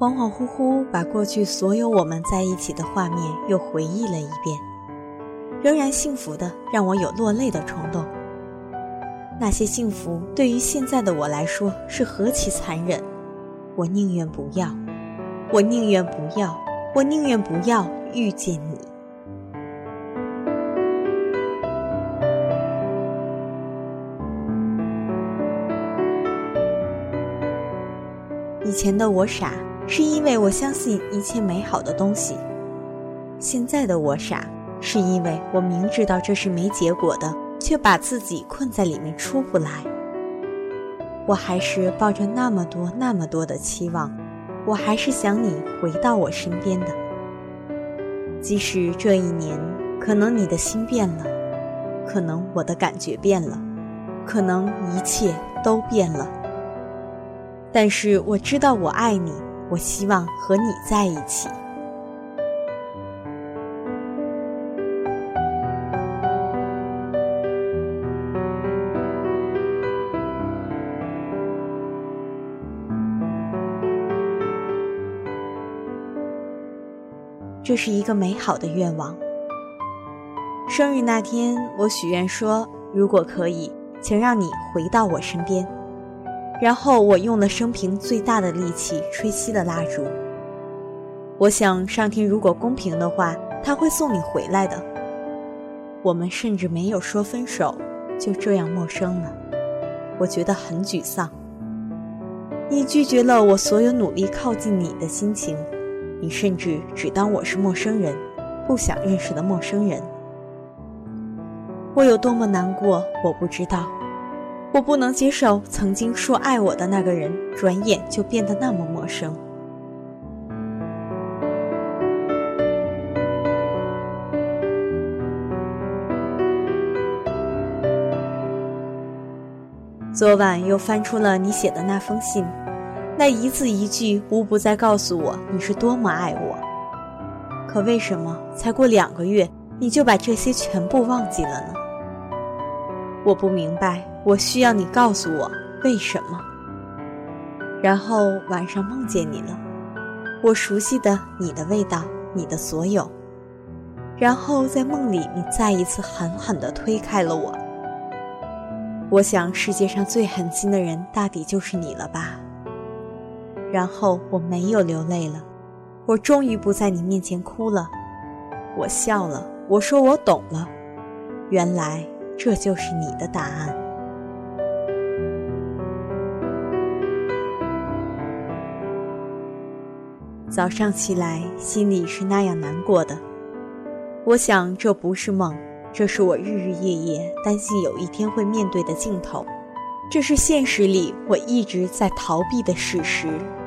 恍恍惚惚把过去所有我们在一起的画面又回忆了一遍，仍然幸福的让我有落泪的冲动。那些幸福对于现在的我来说是何其残忍，我宁愿不要，我宁愿不要，我宁愿不要遇见你。以前的我傻，是因为我相信一切美好的东西。现在的我傻，是因为我明知道这是没结果的，却把自己困在里面出不来。我还是抱着那么多的期望，我还是想你回到我身边的。即使这一年，可能你的心变了，可能我的感觉变了，可能一切都变了。但是我知道我爱你，我希望和你在一起。这是一个美好的愿望。生日那天，我许愿说，如果可以，请让你回到我身边。然后我用了生平最大的力气吹熄了蜡烛。我想上天如果公平的话，他会送你回来的。我们甚至没有说分手，就这样陌生了。我觉得很沮丧。你拒绝了我所有努力靠近你的心情，你甚至只当我是陌生人，不想认识的陌生人。我有多么难过，我不知道。我不能接受曾经说爱我的那个人，转眼就变得那么陌生。昨晚又翻出了你写的那封信，那一字一句无不在告诉我你是多么爱我。可为什么才过2个月，你就把这些全部忘记了呢？我不明白，我需要你告诉我为什么。然后晚上梦见你了，我熟悉的你的味道，你的所有。然后在梦里，你再一次狠狠地推开了我。我想世界上最狠心的人大抵就是你了吧。然后我没有流泪了，我终于不在你面前哭了。我笑了，我说我懂了，原来这就是你的答案。早上起来，心里是那样难过的。我想这不是梦，这是我日日夜夜担心有一天会面对的镜头，这是现实里我一直在逃避的事实。